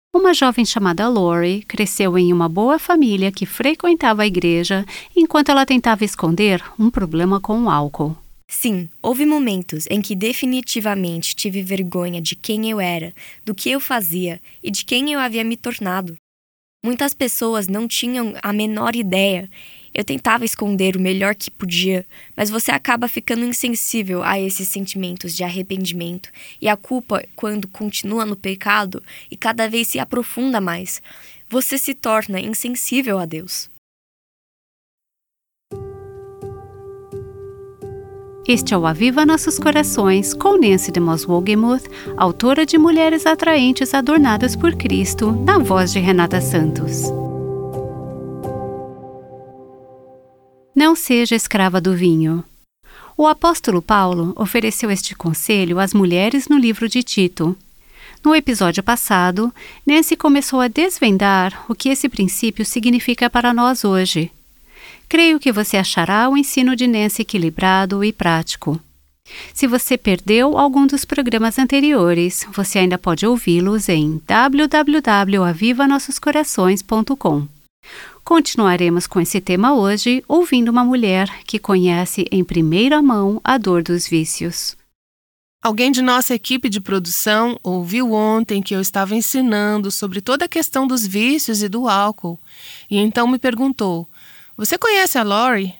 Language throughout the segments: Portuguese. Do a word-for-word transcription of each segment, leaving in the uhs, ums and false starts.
Uma jovem chamada Lori cresceu em uma boa família que frequentava a igreja enquanto ela tentava esconder um problema com o álcool. Sim, houve momentos em que definitivamente tive vergonha de quem eu era, do que eu fazia e de quem eu havia me tornado. Muitas pessoas não tinham a menor ideia. Eu tentava esconder o melhor que podia, mas você acaba ficando insensível a esses sentimentos de arrependimento e a culpa quando continua no pecado e cada vez se aprofunda mais. Você se torna insensível a Deus. Este é o Aviva Nossos Corações, com Nancy DeMoss Wogemuth, autora de Mulheres Atraentes Adornadas por Cristo, na voz de Renata Santos. Não seja escrava do vinho. O apóstolo Paulo ofereceu este conselho às mulheres no livro de Tito. No episódio passado, Nancy começou a desvendar o que esse princípio significa para nós hoje. Creio que você achará o ensino de Nancy equilibrado e prático. Se você perdeu algum dos programas anteriores, você ainda pode ouvi-los em w w w ponto aviva nossos corações ponto com. Continuaremos com esse tema hoje, ouvindo uma mulher que conhece em primeira mão a dor dos vícios. Alguém de nossa equipe de produção ouviu ontem que eu estava ensinando sobre toda a questão dos vícios e do álcool, e então me perguntou: "Você conhece a Lori?"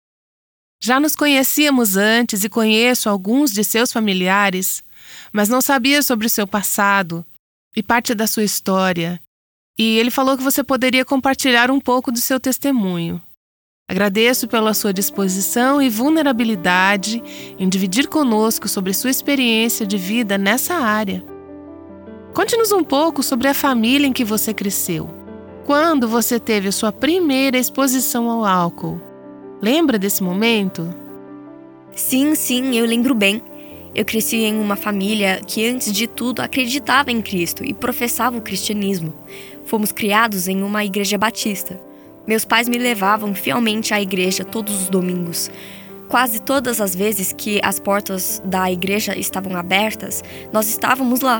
Já nos conhecíamos antes e conheço alguns de seus familiares, mas não sabia sobre o seu passado e parte da sua história. E ele falou que você poderia compartilhar um pouco do seu testemunho. Agradeço pela sua disposição e vulnerabilidade em dividir conosco sobre sua experiência de vida nessa área. Conte-nos um pouco sobre a família em que você cresceu. Quando você teve a sua primeira exposição ao álcool? Lembra desse momento? Sim, sim, eu lembro bem. Eu cresci em uma família que, antes de tudo, acreditava em Cristo e professava o cristianismo. Fomos criados em uma igreja batista. Meus pais me levavam fielmente à igreja todos os domingos. Quase todas as vezes que as portas da igreja estavam abertas, nós estávamos lá.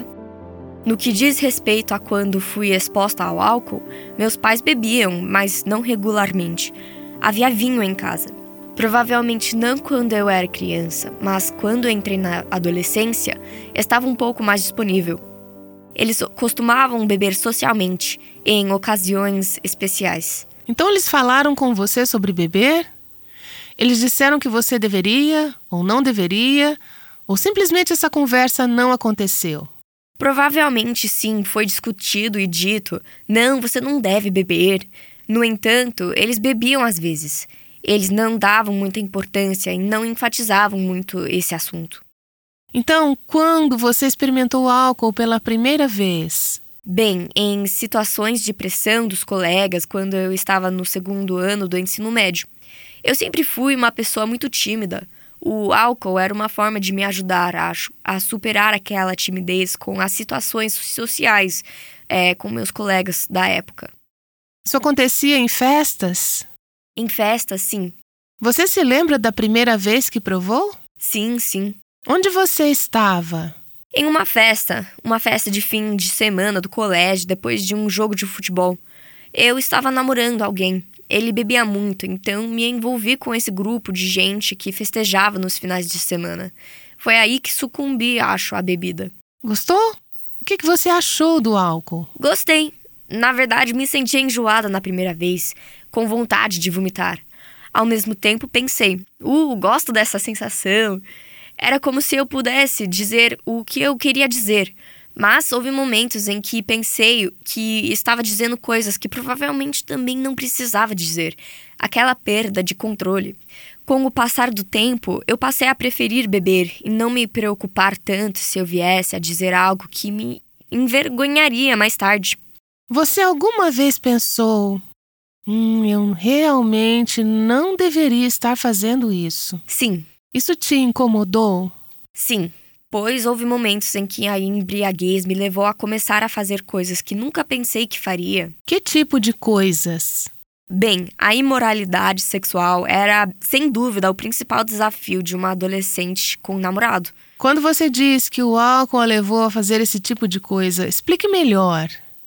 No que diz respeito a quando fui exposta ao álcool, meus pais bebiam, mas não regularmente. Havia vinho em casa. Provavelmente não quando eu era criança, mas quando entrei na adolescência, estava um pouco mais disponível. Eles costumavam beber socialmente, em ocasiões especiais. Então eles falaram com você sobre beber? Eles disseram que você deveria ou não deveria, ou simplesmente essa conversa não aconteceu? Provavelmente sim, foi discutido e dito: não, você não deve beber. No entanto, eles bebiam às vezes. Eles não davam muita importância e não enfatizavam muito esse assunto. Então, quando você experimentou álcool pela primeira vez? Bem, em situações de pressão dos colegas, quando eu estava no segundo ano do ensino médio. Eu sempre fui uma pessoa muito tímida. O álcool era uma forma de me ajudar, acho, a superar aquela timidez com as situações sociais é, com meus colegas da época. Isso acontecia em festas? Em festas, sim. Você se lembra da primeira vez que provou? Sim, sim. Onde você estava? Em uma festa, uma festa de fim de semana do colégio, depois de um jogo de futebol. Eu estava namorando alguém. Ele bebia muito, então me envolvi com esse grupo de gente que festejava nos finais de semana. Foi aí que sucumbi, acho, à bebida. Gostou? O que você achou do álcool? Gostei. Na verdade, me senti enjoada na primeira vez, com vontade de vomitar. Ao mesmo tempo, pensei, uh, gosto dessa sensação. Era como se eu pudesse dizer o que eu queria dizer. Mas houve momentos em que pensei que estava dizendo coisas que provavelmente também não precisava dizer. Aquela perda de controle. Com o passar do tempo, eu passei a preferir beber e não me preocupar tanto se eu viesse a dizer algo que me envergonharia mais tarde. Você alguma vez pensou, hum, eu realmente não deveria estar fazendo isso? Sim. Isso te incomodou? Sim, pois houve momentos em que a embriaguez me levou a começar a fazer coisas que nunca pensei que faria. Que tipo de coisas? Bem, a imoralidade sexual era, sem dúvida, o principal desafio de uma adolescente com um namorado. Quando você diz que o álcool a levou a fazer esse tipo de coisa, explique melhor.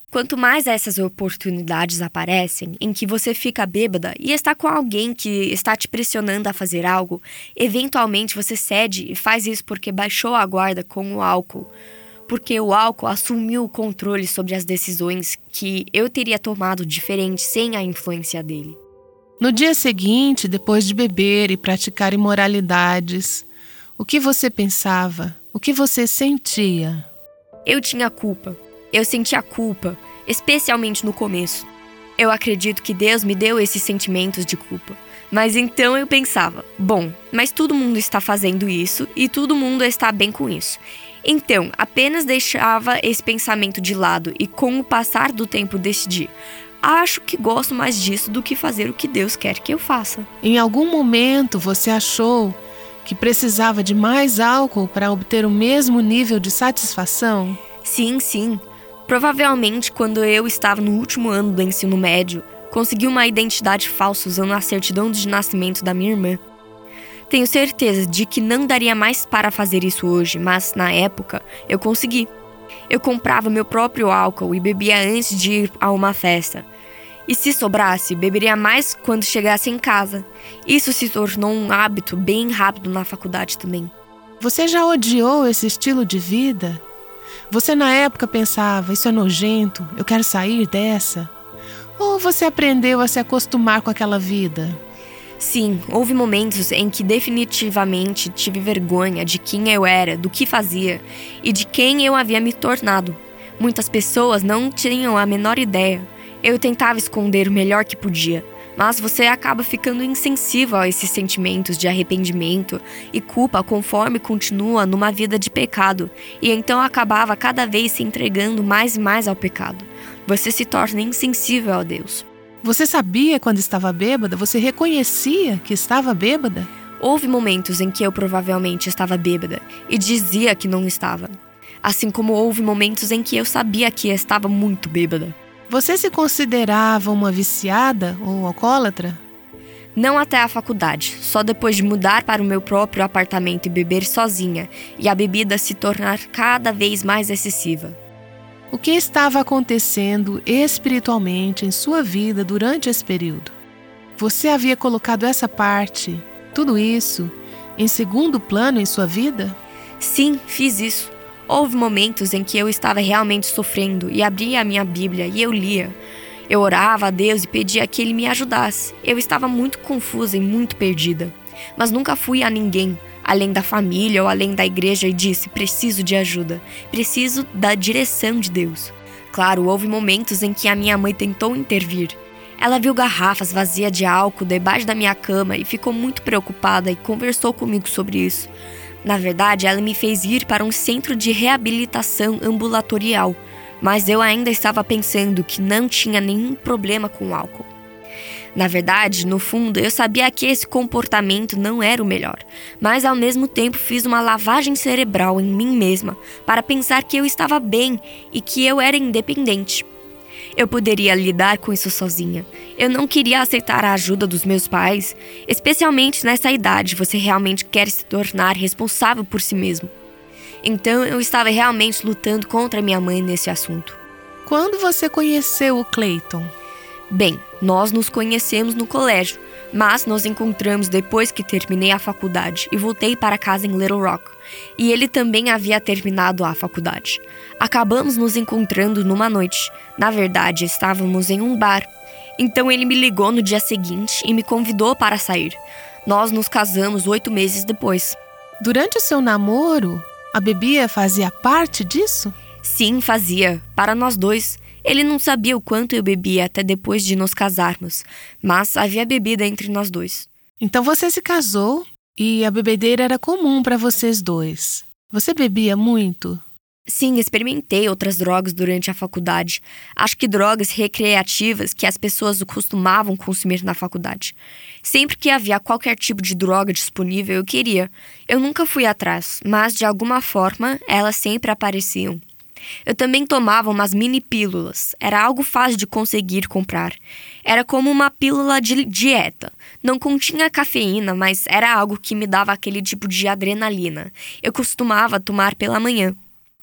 Quanto mais essas oportunidades aparecem, em que você fica bêbada e está com alguém que está te pressionando a fazer algo, eventualmente você cede e faz isso porque baixou a guarda com o álcool. Porque o álcool assumiu o controle sobre as decisões que eu teria tomado diferente sem a influência dele. No dia seguinte, depois de beber e praticar imoralidades, o que você pensava? O que você sentia? Eu tinha culpa. Eu sentia culpa, especialmente no começo. Eu acredito que Deus me deu esses sentimentos de culpa. Mas então eu pensava, bom, mas todo mundo está fazendo isso e todo mundo está bem com isso. Então, apenas deixava esse pensamento de lado e com o passar do tempo decidi, acho que gosto mais disso do que fazer o que Deus quer que eu faça. Em algum momento você achou que precisava de mais álcool para obter o mesmo nível de satisfação? Sim, sim. Provavelmente, quando eu estava no último ano do ensino médio, consegui uma identidade falsa usando a certidão de nascimento da minha irmã. Tenho certeza de que não daria mais para fazer isso hoje, mas na época eu consegui. Eu comprava meu próprio álcool e bebia antes de ir a uma festa. E se sobrasse, beberia mais quando chegasse em casa. Isso se tornou um hábito bem rápido na faculdade também. Você já odiou esse estilo de vida? Você na época pensava, isso é nojento, eu quero sair dessa? Ou você aprendeu a se acostumar com aquela vida? Sim, houve momentos em que definitivamente tive vergonha de quem eu era, do que fazia e de quem eu havia me tornado. Muitas pessoas não tinham a menor ideia. Eu tentava esconder o melhor que podia, mas você acaba ficando insensível a esses sentimentos de arrependimento e culpa conforme continua numa vida de pecado, e então acabava cada vez se entregando mais e mais ao pecado. Você se torna insensível a Deus. Você sabia quando estava bêbada? Você reconhecia que estava bêbada? Houve momentos em que eu provavelmente estava bêbada e dizia que não estava. Assim como houve momentos em que eu sabia que estava muito bêbada. Você se considerava uma viciada ou alcoólatra? Não até a faculdade, só depois de mudar para o meu próprio apartamento e beber sozinha, e a bebida se tornar cada vez mais excessiva. O que estava acontecendo espiritualmente em sua vida durante esse período? Você havia colocado essa parte, tudo isso, em segundo plano em sua vida? Sim, fiz isso. Houve momentos em que eu estava realmente sofrendo e abria a minha Bíblia e eu lia. Eu orava a Deus e pedia que Ele me ajudasse. Eu estava muito confusa e muito perdida. Mas nunca fui a ninguém, além da família ou além da igreja, e disse, preciso de ajuda. Preciso da direção de Deus. Claro, houve momentos em que a minha mãe tentou intervir. Ela viu garrafas vazias de álcool debaixo da minha cama e ficou muito preocupada e conversou comigo sobre isso. Na verdade, ela me fez ir para um centro de reabilitação ambulatorial, mas eu ainda estava pensando que não tinha nenhum problema com o álcool. Na verdade, no fundo, eu sabia que esse comportamento não era o melhor, mas ao mesmo tempo fiz uma lavagem cerebral em mim mesma para pensar que eu estava bem e que eu era independente. Eu poderia lidar com isso sozinha. Eu não queria aceitar a ajuda dos meus pais, especialmente nessa idade, você realmente quer se tornar responsável por si mesmo. Então eu estava realmente lutando contra minha mãe nesse assunto. Quando você conheceu o Clayton? Bem, nós nos conhecemos no colégio, mas nos encontramos depois que terminei a faculdade e voltei para casa em Little Rock. E ele também havia terminado a faculdade. Acabamos nos encontrando numa noite. Na verdade, estávamos em um bar. Então ele me ligou no dia seguinte e me convidou para sair. Nós nos casamos oito meses depois. Durante o seu namoro, a bebida fazia parte disso? Sim, fazia. Para nós dois. Ele não sabia o quanto eu bebia até depois de nos casarmos, mas havia bebida entre nós dois. Então você se casou e a bebedeira era comum para vocês dois. Você bebia muito? Sim, experimentei outras drogas durante a faculdade. Acho que drogas recreativas que as pessoas costumavam consumir na faculdade. Sempre que havia qualquer tipo de droga disponível, eu queria. Eu nunca fui atrás, mas de alguma forma elas sempre apareciam. Eu também tomava umas mini pílulas. Era algo fácil de conseguir comprar. Era como uma pílula de dieta. Não continha cafeína, mas era algo que me dava aquele tipo de adrenalina. Eu costumava tomar pela manhã.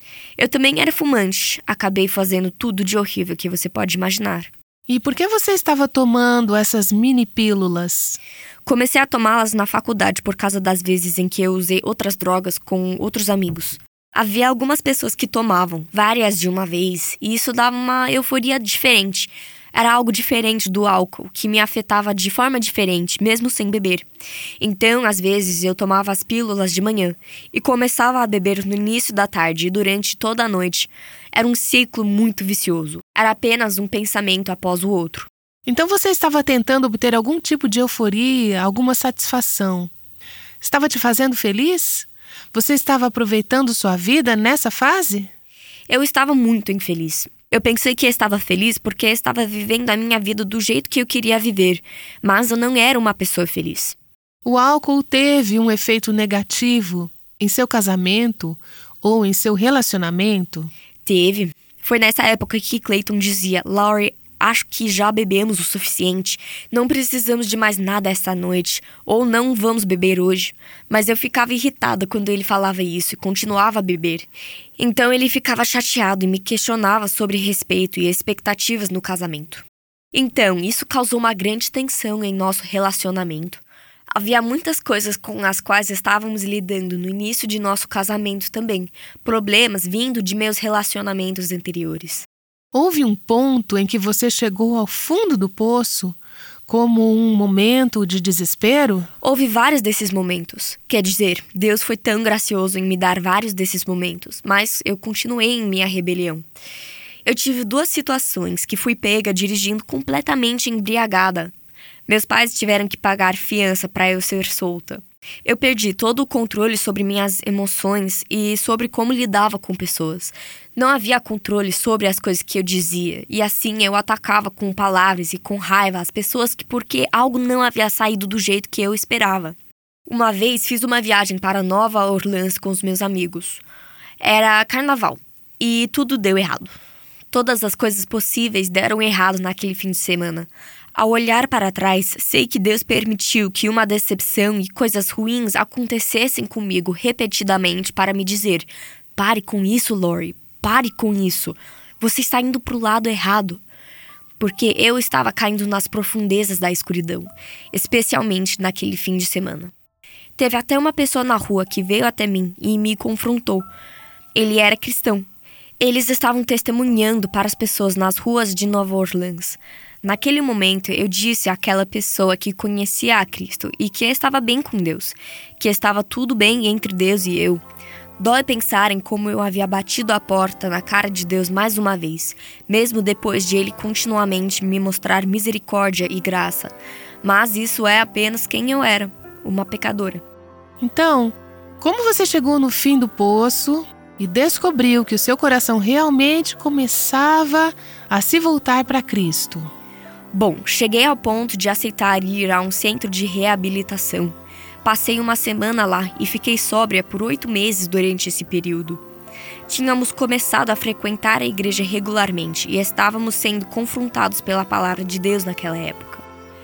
Eu também era fumante. Acabei fazendo tudo de horrível que você pode imaginar. E por que você estava tomando essas mini pílulas? Comecei a tomá-las na faculdade por causa das vezes em que eu usei outras drogas com outros amigos. Havia algumas pessoas que tomavam, várias de uma vez, e isso dava uma euforia diferente. Era algo diferente do álcool, que me afetava de forma diferente, mesmo sem beber. Então, às vezes, eu tomava as pílulas de manhã e começava a beber no início da tarde e durante toda a noite. Era um ciclo muito vicioso. Era apenas um pensamento após o outro. Então você estava tentando obter algum tipo de euforia, alguma satisfação. Estava te fazendo feliz? Você estava aproveitando sua vida nessa fase? Eu estava muito infeliz. Eu pensei que estava feliz porque estava vivendo a minha vida do jeito que eu queria viver, mas eu não era uma pessoa feliz. O álcool teve um efeito negativo em seu casamento ou em seu relacionamento? Teve. Foi nessa época que Clayton dizia: Laurie, acho que já bebemos o suficiente. Não precisamos de mais nada esta noite. Ou não vamos beber hoje. Mas eu ficava irritada quando ele falava isso e continuava a beber. Então ele ficava chateado e me questionava sobre respeito e expectativas no casamento. Então, isso causou uma grande tensão em nosso relacionamento. Havia muitas coisas com as quais estávamos lidando no início de nosso casamento também. Problemas vindo de meus relacionamentos anteriores. Houve um ponto em que você chegou ao fundo do poço, como um momento de desespero? Houve vários desses momentos. Quer dizer, Deus foi tão gracioso em me dar vários desses momentos, mas eu continuei em minha rebelião. Eu tive duas situações que fui pega dirigindo completamente embriagada. Meus pais tiveram que pagar fiança para eu ser solta. Eu perdi todo o controle sobre minhas emoções e sobre como lidava com pessoas. Não havia controle sobre as coisas que eu dizia, e assim eu atacava com palavras e com raiva as pessoas que porque algo não havia saído do jeito que eu esperava. Uma vez fiz uma viagem para Nova Orleans com os meus amigos. Era carnaval, e tudo deu errado. Todas as coisas possíveis deram errado naquele fim de semana. Ao olhar para trás, sei que Deus permitiu que uma decepção e coisas ruins acontecessem comigo repetidamente para me dizer: pare com isso, Laurie, pare com isso. Você está indo para o lado errado. Porque eu estava caindo nas profundezas da escuridão, especialmente naquele fim de semana. Teve até uma pessoa na rua que veio até mim e me confrontou. Ele era cristão. Eles estavam testemunhando para as pessoas nas ruas de Nova Orleans. Naquele momento, eu disse àquela pessoa que conhecia a Cristo e que estava bem com Deus, que estava tudo bem entre Deus e eu. Dói pensar em como eu havia batido a porta na cara de Deus mais uma vez, mesmo depois de Ele continuamente me mostrar misericórdia e graça. Mas isso é apenas quem eu era, uma pecadora. Então, como você chegou no fim do poço e descobriu que o seu coração realmente começava a se voltar para Cristo? Bom, cheguei ao ponto de aceitar ir a um centro de reabilitação. Passei uma semana lá e fiquei sóbria por oito meses durante esse período. Tínhamos começado a frequentar a igreja regularmente e estávamos sendo confrontados pela palavra de Deus naquela época.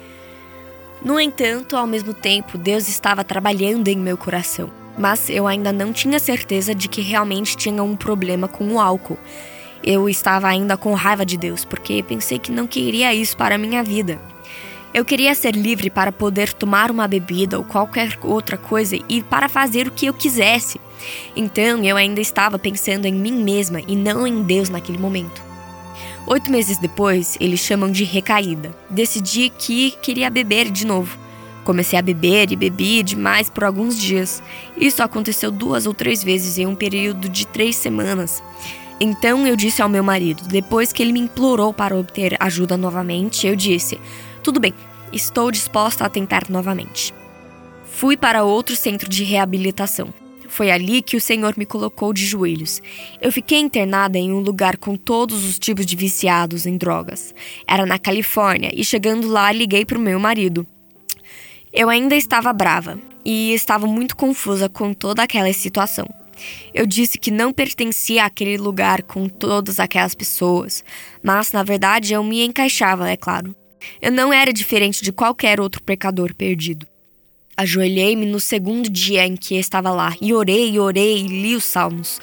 No entanto, ao mesmo tempo, Deus estava trabalhando em meu coração, mas eu ainda não tinha certeza de que realmente tinha um problema com o álcool. Eu estava ainda com raiva de Deus, porque pensei que não queria isso para a minha vida. Eu queria ser livre para poder tomar uma bebida ou qualquer outra coisa e para fazer o que eu quisesse. Então, eu ainda estava pensando em mim mesma e não em Deus naquele momento. Oito meses depois, eles chamam de recaída. Decidi que queria beber de novo. Comecei a beber e bebi demais por alguns dias. Isso aconteceu duas ou três vezes em um período de três semanas. Então eu disse ao meu marido, depois que ele me implorou para obter ajuda novamente, eu disse: tudo bem, estou disposta a tentar novamente. Fui para outro centro de reabilitação. Foi ali que o Senhor me colocou de joelhos. Eu fiquei internada em um lugar com todos os tipos de viciados em drogas. Era na Califórnia e chegando lá liguei para o meu marido. Eu ainda estava brava e estava muito confusa com toda aquela situação. Eu disse que não pertencia àquele lugar com todas aquelas pessoas, mas na verdade eu me encaixava, é claro. Eu não era diferente de qualquer outro pecador perdido. Ajoelhei-me no segundo dia em que estava lá e orei, orei e li os salmos.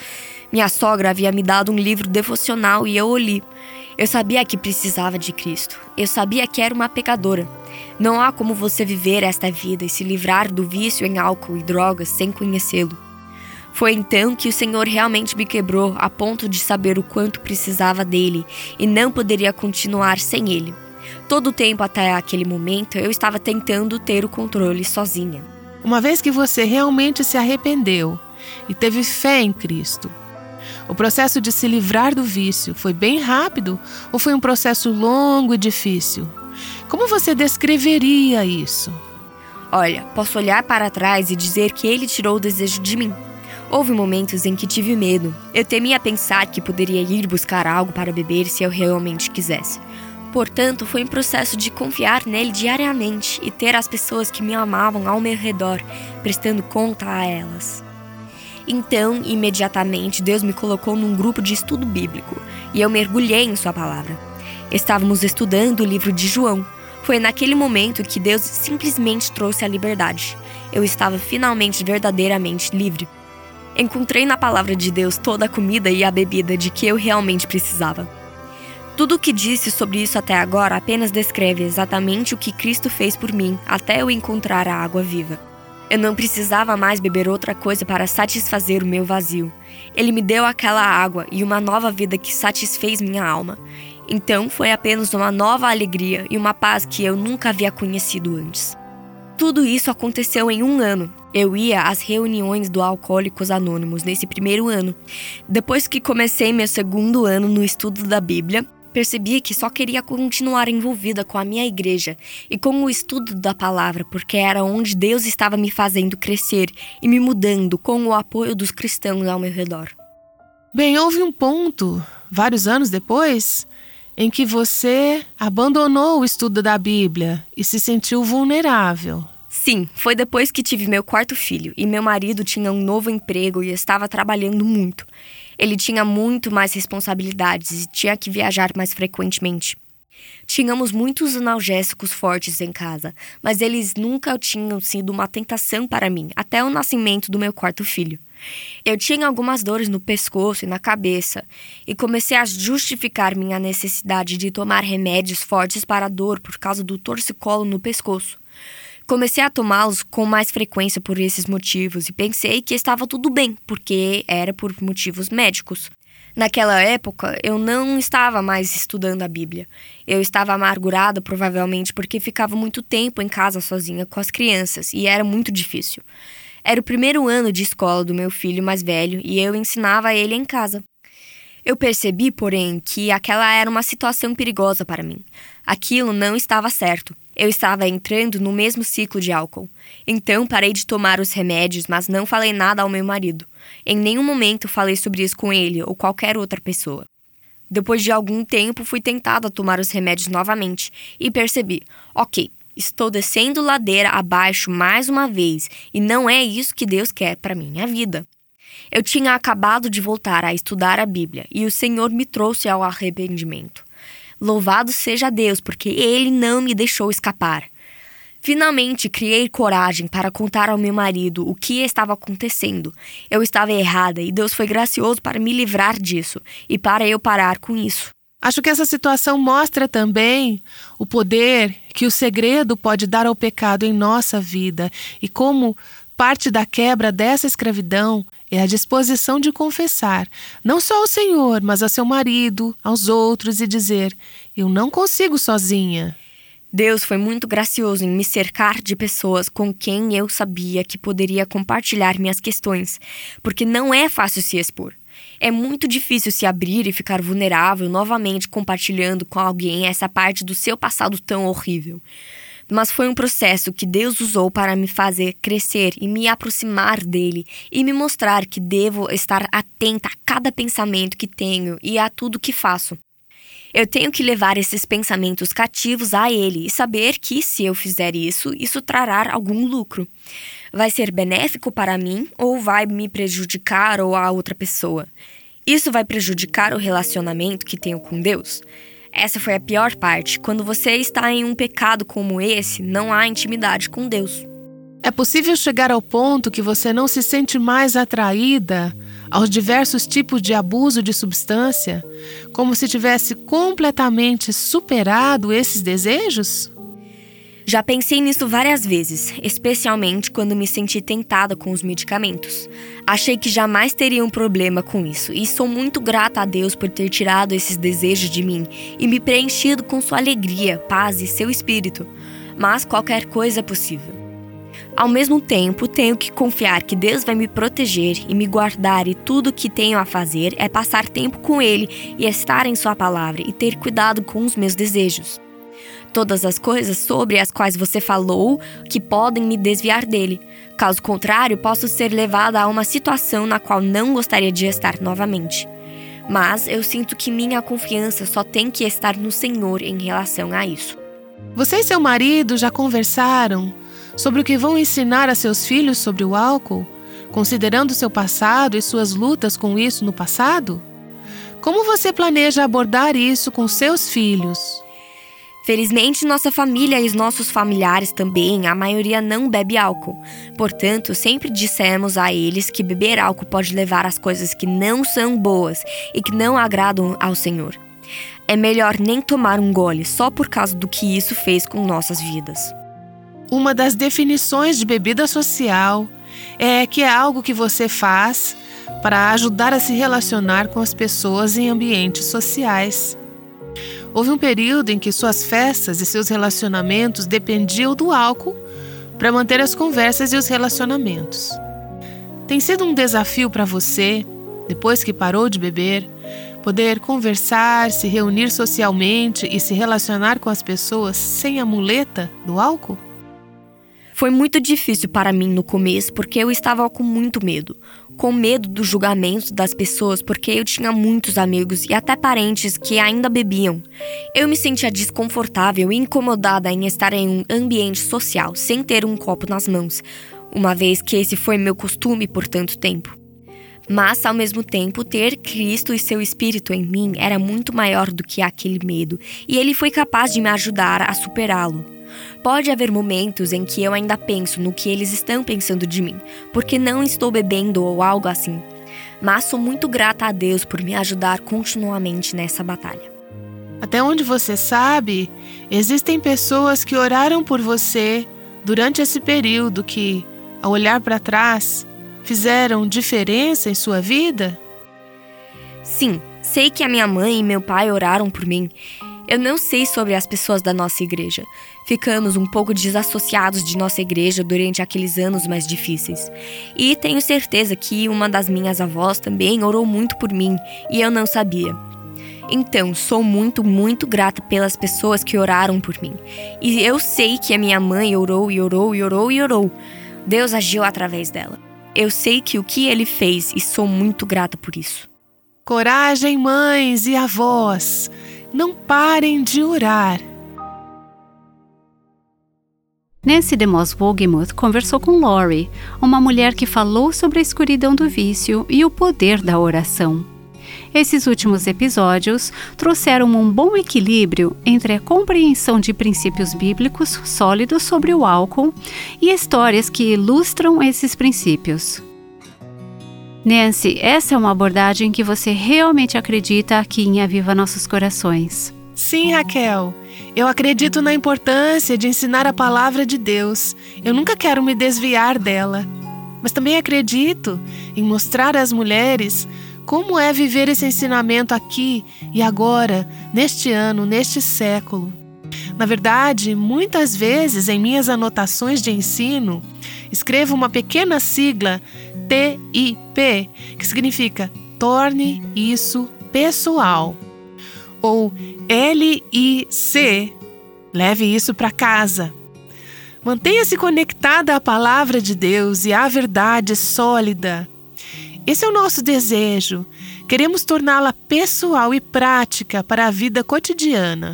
Minha sogra havia me dado um livro devocional e eu o li. Eu sabia que precisava de Cristo. Eu sabia que era uma pecadora. Não há como você viver esta vida e se livrar do vício em álcool e drogas sem conhecê-lo. Foi então que o Senhor realmente me quebrou a ponto de saber o quanto precisava dele e não poderia continuar sem ele. Todo o tempo até aquele momento eu estava tentando ter o controle sozinha. Uma vez que você realmente se arrependeu e teve fé em Cristo, o processo de se livrar do vício foi bem rápido ou foi um processo longo e difícil? Como você descreveria isso? Olha, posso olhar para trás e dizer que ele tirou o desejo de mim. Houve momentos em que tive medo. Eu temia pensar que poderia ir buscar algo para beber se eu realmente quisesse. Portanto, foi um processo de confiar nele diariamente e ter as pessoas que me amavam ao meu redor, prestando conta a elas. Então, imediatamente, Deus me colocou num grupo de estudo bíblico e eu mergulhei em sua palavra. Estávamos estudando o livro de João. Foi naquele momento que Deus simplesmente trouxe a liberdade. Eu estava finalmente verdadeiramente livre. Encontrei na palavra de Deus toda a comida e a bebida de que eu realmente precisava. Tudo o que disse sobre isso até agora apenas descreve exatamente o que Cristo fez por mim até eu encontrar a água viva. Eu não precisava mais beber outra coisa para satisfazer o meu vazio. Ele me deu aquela água e uma nova vida que satisfez minha alma. Então foi apenas uma nova alegria e uma paz que eu nunca havia conhecido antes. Tudo isso aconteceu em um ano. Eu ia às reuniões do Alcoólicos Anônimos nesse primeiro ano. Depois que comecei meu segundo ano no estudo da Bíblia, percebi que só queria continuar envolvida com a minha igreja e com o estudo da palavra, porque era onde Deus estava me fazendo crescer e me mudando com o apoio dos cristãos ao meu redor. Bem, houve um ponto, vários anos depois, em que você abandonou o estudo da Bíblia e se sentiu vulnerável. Sim, foi depois que tive meu quarto filho e meu marido tinha um novo emprego e estava trabalhando muito. Ele tinha muito mais responsabilidades e tinha que viajar mais frequentemente. Tínhamos muitos analgésicos fortes em casa, mas eles nunca tinham sido uma tentação para mim, até o nascimento do meu quarto filho. Eu tinha algumas dores no pescoço e na cabeça, e comecei a justificar minha necessidade de tomar remédios fortes para a dor por causa do torcicolo no pescoço. Comecei a tomá-los com mais frequência por esses motivos e pensei que estava tudo bem, porque era por motivos médicos. Naquela época, eu não estava mais estudando a Bíblia. Eu estava amargurada, provavelmente porque ficava muito tempo em casa sozinha com as crianças e era muito difícil. Era o primeiro ano de escola do meu filho mais velho e eu ensinava ele em casa. Eu percebi, porém, que aquela era uma situação perigosa para mim. Aquilo não estava certo. Eu estava entrando no mesmo ciclo de álcool. Então parei de tomar os remédios, mas não falei nada ao meu marido. Em nenhum momento falei sobre isso com ele ou qualquer outra pessoa. Depois de algum tempo, fui tentada a tomar os remédios novamente e percebi, ok, estou descendo ladeira abaixo mais uma vez e não é isso que Deus quer para minha vida. Eu tinha acabado de voltar a estudar a Bíblia e o Senhor me trouxe ao arrependimento. Louvado seja Deus, porque Ele não me deixou escapar. Finalmente, criei coragem para contar ao meu marido o que estava acontecendo. Eu estava errada e Deus foi gracioso para me livrar disso e para eu parar com isso. Acho que essa situação mostra também o poder que o segredo pode dar ao pecado em nossa vida e como parte da quebra dessa escravidão é a disposição de confessar, não só ao Senhor, mas a seu marido, aos outros e dizer, eu não consigo sozinha. Deus foi muito gracioso em me cercar de pessoas com quem eu sabia que poderia compartilhar minhas questões, porque não é fácil se expor. É muito difícil se abrir e ficar vulnerável novamente compartilhando com alguém essa parte do seu passado tão horrível. Mas foi um processo que Deus usou para me fazer crescer e me aproximar dele e me mostrar que devo estar atenta a cada pensamento que tenho e a tudo que faço. Eu tenho que levar esses pensamentos cativos a ele e saber que, se eu fizer isso, isso trará algum lucro. Vai ser benéfico para mim ou vai me prejudicar ou a outra pessoa? Isso vai prejudicar o relacionamento que tenho com Deus? Essa foi a pior parte. Quando você está em um pecado como esse, não há intimidade com Deus. É possível chegar ao ponto que você não se sente mais atraída aos diversos tipos de abuso de substância, como se tivesse completamente superado esses desejos? Já pensei nisso várias vezes, especialmente quando me senti tentada com os medicamentos. Achei que jamais teria um problema com isso e sou muito grata a Deus por ter tirado esses desejos de mim e me preenchido com sua alegria, paz e seu espírito. Mas qualquer coisa é possível. Ao mesmo tempo, tenho que confiar que Deus vai me proteger e me guardar, e tudo o que tenho a fazer é passar tempo com Ele e estar em Sua palavra e ter cuidado com os meus desejos. Todas as coisas sobre as quais você falou que podem me desviar dele. Caso contrário, posso ser levada a uma situação na qual não gostaria de estar novamente. Mas eu sinto que minha confiança só tem que estar no Senhor em relação a isso. Você e seu marido já conversaram sobre o que vão ensinar a seus filhos sobre o álcool, considerando seu passado e suas lutas com isso no passado? Como você planeja abordar isso com seus filhos? Felizmente, nossa família e os nossos familiares também, a maioria não bebe álcool. Portanto, sempre dissemos a eles que beber álcool pode levar às coisas que não são boas e que não agradam ao Senhor. É melhor nem tomar um gole só por causa do que isso fez com nossas vidas. Uma das definições de bebida social é que é algo que você faz para ajudar a se relacionar com as pessoas em ambientes sociais. Houve um período em que suas festas e seus relacionamentos dependiam do álcool para manter as conversas e os relacionamentos. Tem sido um desafio para você, depois que parou de beber, poder conversar, se reunir socialmente e se relacionar com as pessoas sem a muleta do álcool? Foi muito difícil para mim no começo porque eu estava com muito medo. Com medo do julgamento das pessoas porque eu tinha muitos amigos e até parentes que ainda bebiam. Eu me sentia desconfortável e incomodada em estar em um ambiente social sem ter um copo nas mãos, uma vez que esse foi meu costume por tanto tempo. Mas, ao mesmo tempo, ter Cristo e seu Espírito em mim era muito maior do que aquele medo, e Ele foi capaz de me ajudar a superá-lo. Pode haver momentos em que eu ainda penso no que eles estão pensando de mim, porque não estou bebendo ou algo assim. Mas sou muito grata a Deus por me ajudar continuamente nessa batalha. Até onde você sabe, existem pessoas que oraram por você durante esse período que, ao olhar para trás, fizeram diferença em sua vida? Sim, sei que a minha mãe e meu pai oraram por mim. Eu não sei sobre as pessoas da nossa igreja. Ficamos um pouco desassociados de nossa igreja durante aqueles anos mais difíceis. E tenho certeza que uma das minhas avós também orou muito por mim, e eu não sabia. Então, sou muito, muito grata pelas pessoas que oraram por mim. E eu sei que a minha mãe orou e orou e orou e orou. Deus agiu através dela. Eu sei que o que Ele fez e sou muito grata por isso. Coragem, mães e avós! Não parem de orar. Nancy DeMoss Wolgemuth conversou com Lori, uma mulher que falou sobre a escuridão do vício e o poder da oração. Esses últimos episódios trouxeram um bom equilíbrio entre a compreensão de princípios bíblicos sólidos sobre o álcool e histórias que ilustram esses princípios. Nancy, essa é uma abordagem que você realmente acredita aqui em Aviva Nossos Corações. Sim, Raquel. Eu acredito na importância de ensinar a palavra de Deus. Eu nunca quero me desviar dela. Mas também acredito em mostrar às mulheres como é viver esse ensinamento aqui e agora, neste ano, neste século. Na verdade, muitas vezes em minhas anotações de ensino, escrevo uma pequena sigla T I P, que significa Torne Isso Pessoal. Ou L I C, Leve Isso para casa. Mantenha-se conectada à palavra de Deus e à verdade sólida. Esse é o nosso desejo. Queremos torná-la pessoal e prática para a vida cotidiana.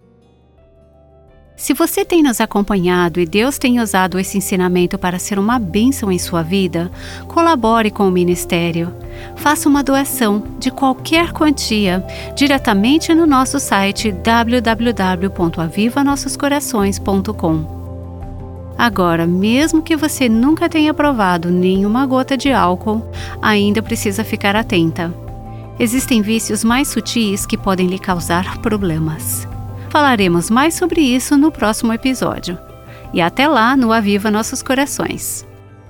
Se você tem nos acompanhado e Deus tem usado esse ensinamento para ser uma bênção em sua vida, colabore com o ministério. Faça uma doação de qualquer quantia diretamente no nosso site w w w ponto aviva nossos corações ponto com. Agora, mesmo que você nunca tenha provado nenhuma gota de álcool, ainda precisa ficar atenta. Existem vícios mais sutis que podem lhe causar problemas. Falaremos mais sobre isso no próximo episódio. E até lá no Aviva Nossos Corações.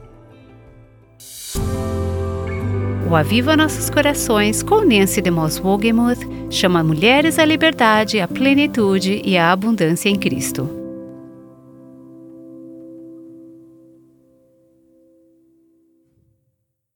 O Aviva Nossos Corações, com Nancy DeMoss Wogemuth, chama mulheres à liberdade, à plenitude e à abundância em Cristo.